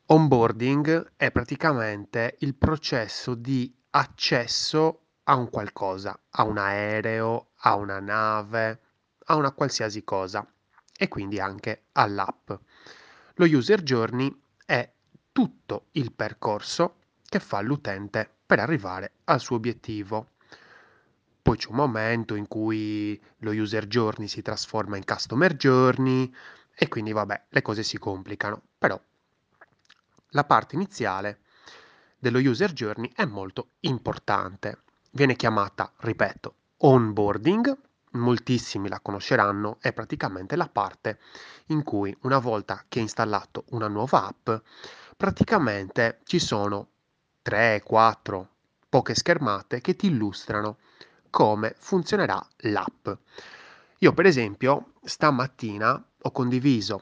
Onboarding è praticamente il processo di accesso a un qualcosa, a un aereo, a una nave, a una qualsiasi cosa e quindi anche all'app. Lo user journey è tutto il percorso che fa l'utente per arrivare al suo obiettivo. Poi c'è un momento in cui lo user journey si trasforma in customer journey e quindi vabbè, le cose si complicano, però la parte iniziale dello user journey è molto importante. Viene chiamata, ripeto, onboarding, moltissimi la conosceranno, è praticamente la parte in cui una volta che hai installato una nuova app, praticamente ci sono 3, 4, poche schermate che ti illustrano come funzionerà l'app. Io per esempio stamattina ho condiviso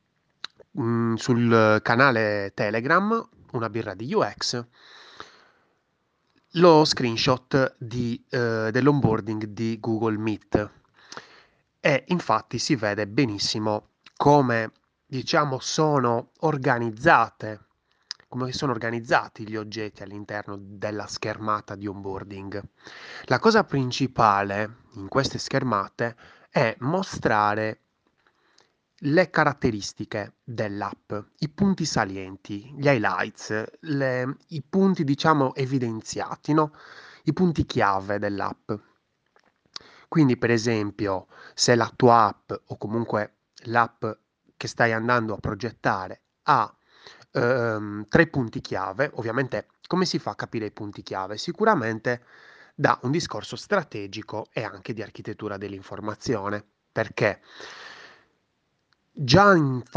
sul canale Telegram, una birra di UX, lo screenshot dell'onboarding di Google Meet. E infatti si vede benissimo come, diciamo, come sono organizzati gli oggetti all'interno della schermata di onboarding. La cosa principale in queste schermate è mostrare le caratteristiche dell'app, i punti salienti, gli highlights, i punti diciamo evidenziati, no? I punti chiave dell'app. Quindi, per esempio, se la tua app o comunque l'app che stai andando a progettare ha tre punti chiave, ovviamente come si fa a capire i punti chiave? Sicuramente da un discorso strategico e anche di architettura dell'informazione, perché già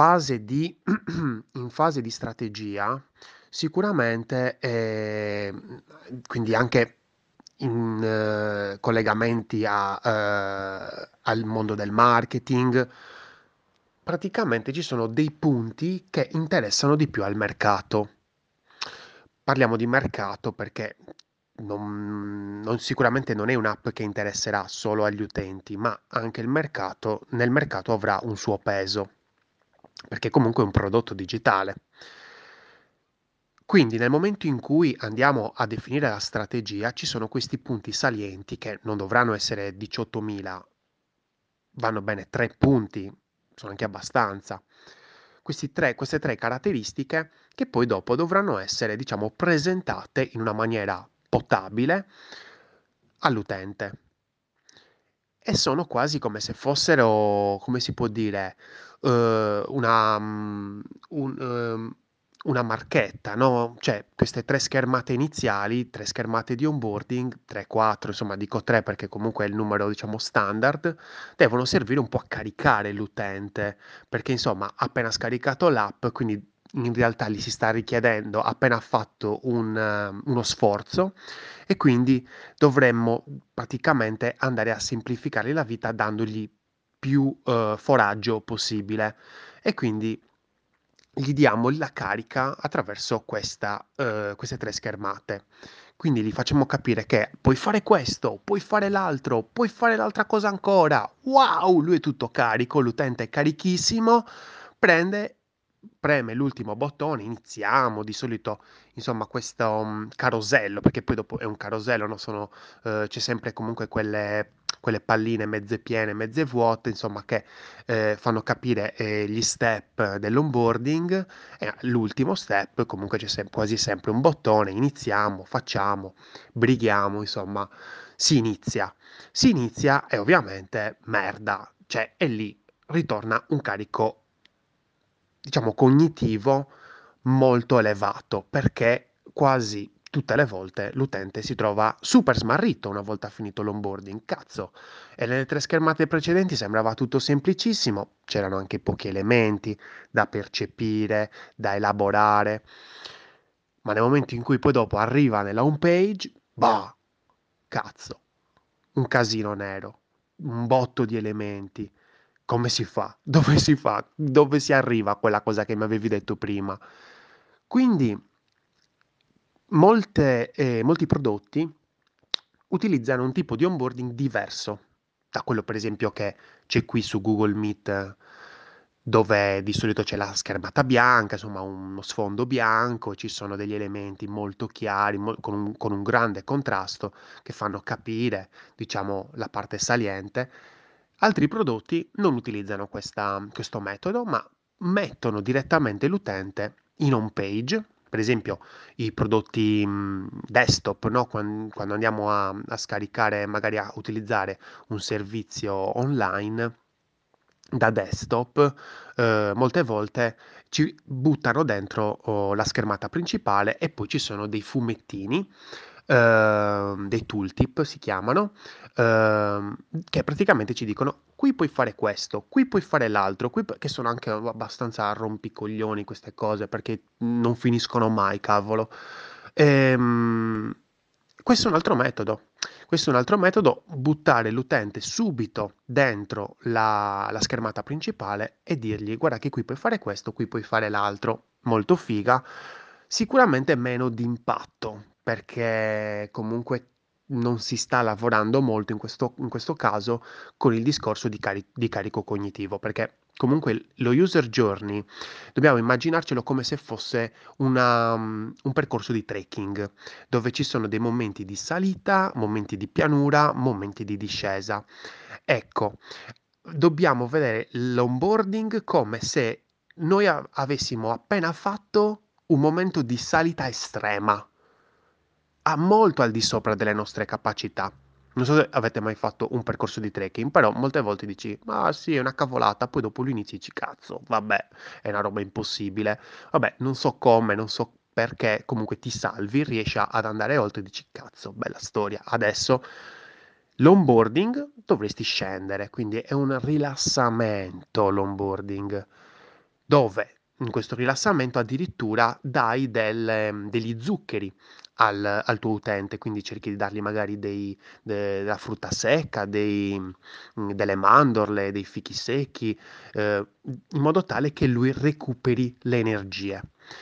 in fase di strategia, sicuramente, quindi anche in collegamenti al mondo del marketing, praticamente ci sono dei punti che interessano di più al mercato. Parliamo di mercato perché sicuramente non è un'app che interesserà solo agli utenti, ma anche nel mercato avrà un suo peso, perché comunque è un prodotto digitale. Quindi nel momento in cui andiamo a definire la strategia, ci sono questi punti salienti che non dovranno essere 18.000, vanno bene 3 punti, sono anche abbastanza. Queste tre caratteristiche che poi dopo dovranno essere, diciamo, presentate in una maniera potabile all'utente. E sono quasi come se fossero, come si può dire, una, una marchetta, no? Cioè, queste tre schermate iniziali, tre schermate di onboarding, 3, 4, insomma, dico 3 perché comunque è il numero, diciamo, standard, devono servire un po' a caricare l'utente, perché insomma, ha appena scaricato l'app, quindi in realtà gli si sta richiedendo, ha appena fatto uno sforzo e quindi dovremmo praticamente andare a semplificare la vita dandogli più foraggio possibile e quindi gli diamo la carica attraverso queste tre schermate. Quindi gli facciamo capire che puoi fare questo, puoi fare l'altro, puoi fare l'altra cosa ancora. Wow, lui è tutto carico, l'utente è carichissimo, prende, preme l'ultimo bottone, iniziamo, di solito insomma questo carosello, perché poi dopo è un carosello, no? C'è sempre comunque quelle palline mezze piene, mezze vuote, insomma che fanno capire gli step dell'onboarding e l'ultimo step comunque quasi sempre un bottone, iniziamo, facciamo, brighiamo, insomma, si inizia. Si inizia e ovviamente merda, cioè e lì ritorna un carico, diciamo, cognitivo molto elevato, perché quasi tutte le volte l'utente si trova super smarrito una volta finito l'onboarding. Cazzo, e nelle tre schermate precedenti sembrava tutto semplicissimo, c'erano anche pochi elementi da percepire, da elaborare, ma nel momento in cui poi dopo arriva nella home page, bah, cazzo, un casino nero, un botto di elementi. Come si fa? Dove si fa? Dove si arriva a quella cosa che mi avevi detto prima? Quindi molti prodotti utilizzano un tipo di onboarding diverso da quello, per esempio, che c'è qui su Google Meet. dove di solito c'è la schermata bianca, insomma uno sfondo bianco, e ci sono degli elementi molto chiari, con un grande contrasto che fanno capire, diciamo, la parte saliente. Altri prodotti non utilizzano questo metodo, ma mettono direttamente l'utente in home page, per esempio i prodotti desktop, no? Quando andiamo a scaricare, magari a utilizzare un servizio online da desktop, molte volte ci buttano dentro la schermata principale e poi ci sono dei fumettini, dei tooltip si chiamano, che praticamente ci dicono qui puoi fare questo, qui puoi fare l'altro, che sono anche abbastanza rompicoglioni queste cose perché non finiscono mai, cavolo. Ehm, Questo è un altro metodo. Questo è un altro metodo, buttare l'utente subito dentro la schermata principale e dirgli: guarda che qui puoi fare questo, qui puoi fare l'altro. Molto figa. Sicuramente meno di impatto, perché comunque non si sta lavorando molto in questo caso con il discorso di carico cognitivo, perché comunque lo user journey dobbiamo immaginarcelo come se fosse un percorso di trekking dove ci sono dei momenti di salita, momenti di pianura, momenti di discesa. Ecco, dobbiamo vedere l'onboarding come se noi avessimo appena fatto un momento di salita estrema, molto al di sopra delle nostre capacità. Non so se avete mai fatto un percorso di trekking, però molte volte dici, ma sì, è una cavolata, poi dopo lo inizi e dici, cazzo, vabbè, è una roba impossibile. Vabbè, non so come, non so perché, comunque ti salvi, riesci ad andare oltre e dici, cazzo, bella storia. Adesso l'onboarding dovresti scendere, quindi è un rilassamento l'onboarding, dove in questo rilassamento addirittura dai degli zuccheri al tuo utente, quindi cerchi di dargli magari della frutta secca, delle mandorle, dei fichi secchi, in modo tale che lui recuperi le energie.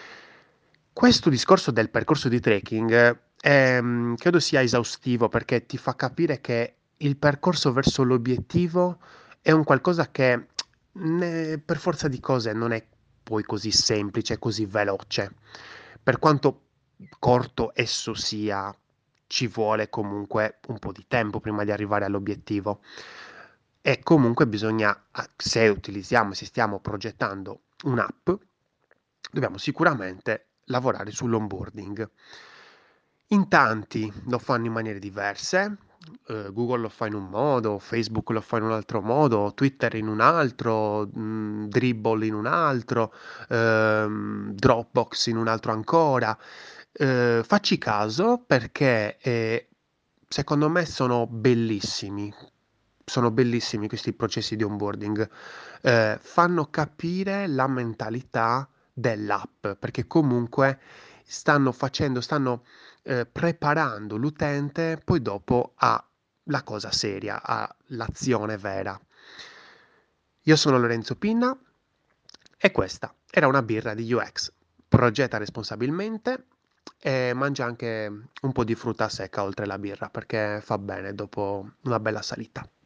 Questo discorso del percorso di trekking credo sia esaustivo perché ti fa capire che il percorso verso l'obiettivo è un qualcosa che per forza di cose non è poi così semplice, così veloce. Per quanto corto esso sia, ci vuole comunque un po' di tempo prima di arrivare all'obiettivo. E comunque bisogna, se utilizziamo, se stiamo progettando un'app, dobbiamo sicuramente lavorare sull'onboarding. In tanti lo fanno in maniere diverse. Google lo fa in un modo, Facebook lo fa in un altro modo, Twitter in un altro, Dribble in un altro, Dropbox in un altro ancora. Facci caso perché secondo me sono bellissimi questi processi di onboarding. Fanno capire la mentalità dell'app, perché comunque stanno preparando l'utente poi dopo alla cosa seria, all'azione vera. Io sono Lorenzo Pinna e questa era una birra di UX. Progetta responsabilmente e mangia anche un po' di frutta secca oltre la birra perché fa bene dopo una bella salita.